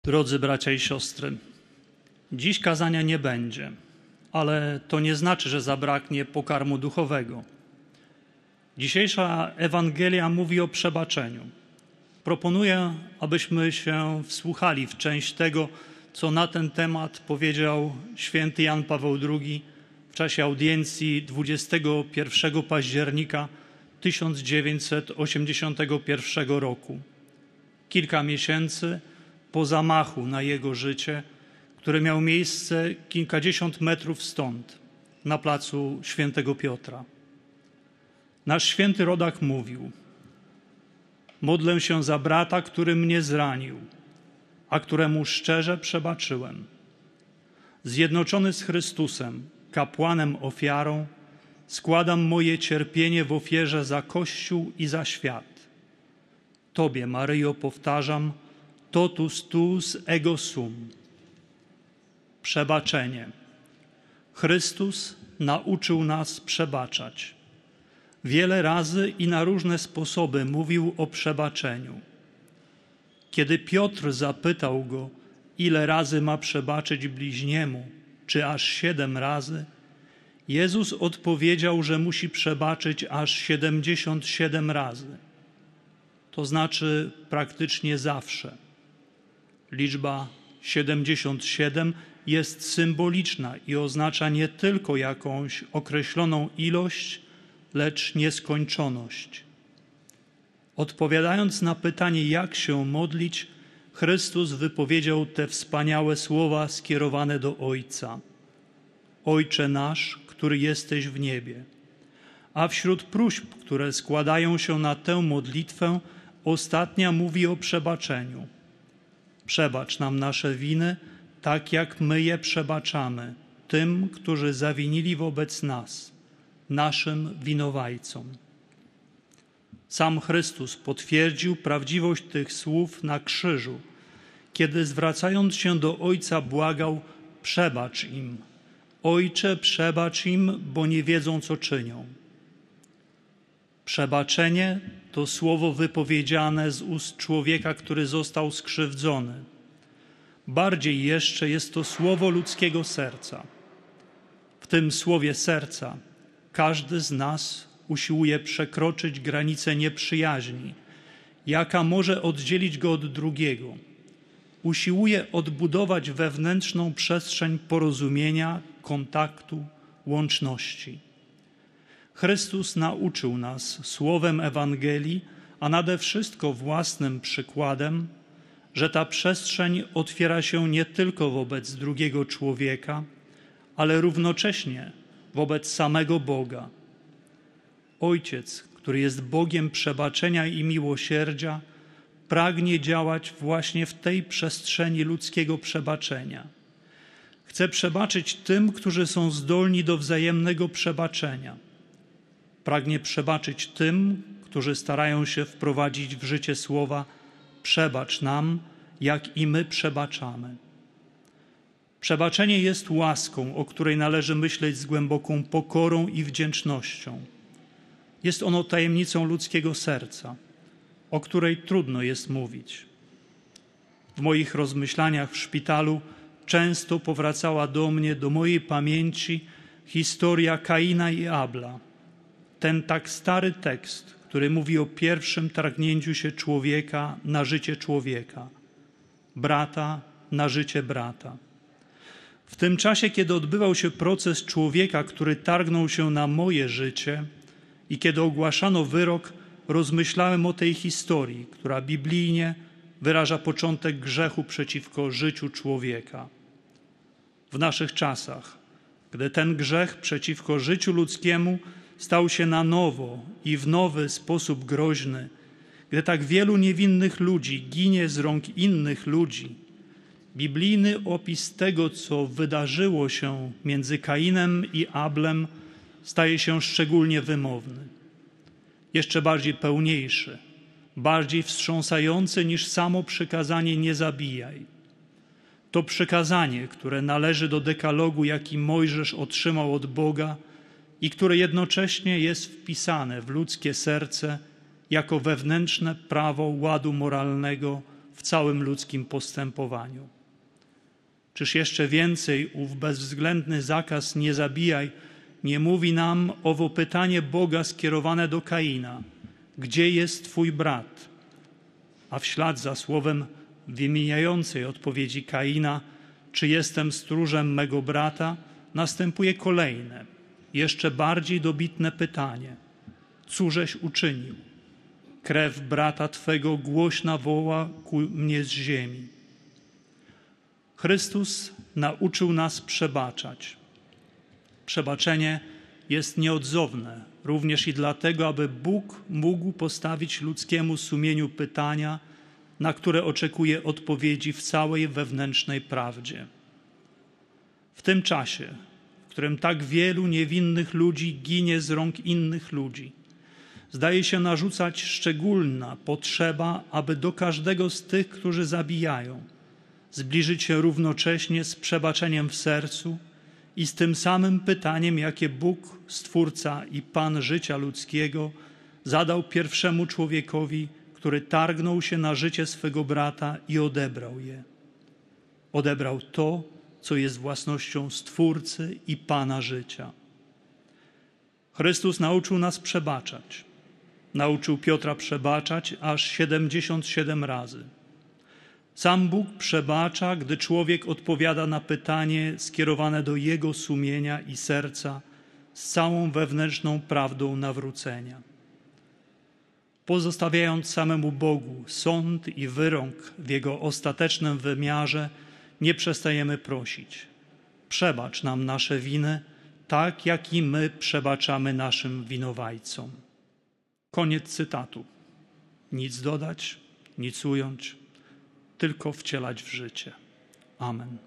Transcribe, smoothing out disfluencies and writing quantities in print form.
Drodzy bracia i siostry, dziś kazania nie będzie, ale to nie znaczy, że zabraknie pokarmu duchowego. Dzisiejsza Ewangelia mówi o przebaczeniu. Proponuję, abyśmy się wsłuchali w część tego, co na ten temat powiedział święty Jan Paweł II w czasie audiencji 21 października 1981 roku. Kilka miesięcy po zamachu na jego życie, który miał miejsce kilkadziesiąt metrów stąd, na placu Świętego Piotra. Nasz święty rodak mówił: modlę się za brata, który mnie zranił, a któremu szczerze przebaczyłem. Zjednoczony z Chrystusem, kapłanem ofiarą, składam moje cierpienie w ofierze za Kościół i za świat. Tobie, Maryjo, powtarzam: totus tuus ego sum. Przebaczenie. Chrystus nauczył nas przebaczać. Wiele razy i na różne sposoby mówił o przebaczeniu. Kiedy Piotr zapytał go, ile razy ma przebaczyć bliźniemu, czy aż 7 razy, Jezus odpowiedział, że musi przebaczyć aż 77 razy. To znaczy praktycznie zawsze. Liczba 77 jest symboliczna i oznacza nie tylko jakąś określoną ilość, lecz nieskończoność. Odpowiadając na pytanie, jak się modlić, Chrystus wypowiedział te wspaniałe słowa skierowane do Ojca. Ojcze nasz, który jesteś w niebie. A wśród próśb, które składają się na tę modlitwę, ostatnia mówi o przebaczeniu. Przebacz nam nasze winy, tak jak my je przebaczamy tym, którzy zawinili wobec nas, naszym winowajcom. Sam Chrystus potwierdził prawdziwość tych słów na krzyżu, kiedy zwracając się do Ojca błagał: przebacz im. Ojcze, przebacz im, bo nie wiedzą, co czynią. Przebaczenie to słowo wypowiedziane z ust człowieka, który został skrzywdzony. Bardziej jeszcze jest to słowo ludzkiego serca. W tym słowie serca każdy z nas usiłuje przekroczyć granicę nieprzyjaźni, jaka może oddzielić go od drugiego. Usiłuje odbudować wewnętrzną przestrzeń porozumienia, kontaktu, łączności. Chrystus nauczył nas słowem Ewangelii, a nade wszystko własnym przykładem, że ta przestrzeń otwiera się nie tylko wobec drugiego człowieka, ale równocześnie wobec samego Boga. Ojciec, który jest Bogiem przebaczenia i miłosierdzia, pragnie działać właśnie w tej przestrzeni ludzkiego przebaczenia. Chce przebaczyć tym, którzy są zdolni do wzajemnego przebaczenia. Pragnie przebaczyć tym, którzy starają się wprowadzić w życie słowa: przebacz nam, jak i my przebaczamy. Przebaczenie jest łaską, o której należy myśleć z głęboką pokorą i wdzięcznością. Jest ono tajemnicą ludzkiego serca, o której trudno jest mówić. W moich rozmyślaniach w szpitalu często powracała do mnie, do mojej pamięci historia Kaina i Abla. Ten tak stary tekst, który mówi o pierwszym targnięciu się człowieka na życie człowieka, brata na życie brata. W tym czasie, kiedy odbywał się proces człowieka, który targnął się na moje życie i kiedy ogłaszano wyrok, rozmyślałem o tej historii, która biblijnie wyraża początek grzechu przeciwko życiu człowieka. W naszych czasach, gdy ten grzech przeciwko życiu ludzkiemu stał się na nowo i w nowy sposób groźny, gdy tak wielu niewinnych ludzi ginie z rąk innych ludzi, biblijny opis tego, co wydarzyło się między Kainem i Ablem, staje się szczególnie wymowny. Jeszcze bardziej pełniejszy, bardziej wstrząsający niż samo przykazanie „nie zabijaj”. To przykazanie, które należy do dekalogu, jaki Mojżesz otrzymał od Boga i które jednocześnie jest wpisane w ludzkie serce jako wewnętrzne prawo ładu moralnego w całym ludzkim postępowaniu. Czyż jeszcze więcej ów bezwzględny zakaz "nie zabijaj" nie mówi nam owo pytanie Boga skierowane do Kaina: gdzie jest twój brat? A w ślad za słowem wymieniającej odpowiedzi Kaina, czy jestem stróżem mego brata, następuje kolejne, jeszcze bardziej dobitne pytanie: cóżeś uczynił? Krew brata twego głośna woła ku mnie z ziemi. Chrystus nauczył nas przebaczać. Przebaczenie jest nieodzowne, również i dlatego, aby Bóg mógł postawić ludzkiemu sumieniu pytania, na które oczekuje odpowiedzi w całej wewnętrznej prawdzie. W tym czasie, w którym tak wielu niewinnych ludzi ginie z rąk innych ludzi, zdaje się narzucać szczególna potrzeba, aby do każdego z tych, którzy zabijają, zbliżyć się równocześnie z przebaczeniem w sercu i z tym samym pytaniem, jakie Bóg, Stwórca i Pan życia ludzkiego, zadał pierwszemu człowiekowi, który targnął się na życie swego brata i odebrał je. Odebrał to, co jest własnością Stwórcy i Pana życia. Chrystus nauczył nas przebaczać. Nauczył Piotra przebaczać aż 77 razy. Sam Bóg przebacza, gdy człowiek odpowiada na pytanie skierowane do jego sumienia i serca z całą wewnętrzną prawdą nawrócenia. Pozostawiając samemu Bogu sąd i wyrok w jego ostatecznym wymiarze, nie przestajemy prosić: przebacz nam nasze winy, tak jak i my przebaczamy naszym winowajcom. Koniec cytatu. Nic dodać, nic ująć, tylko wcielać w życie. Amen.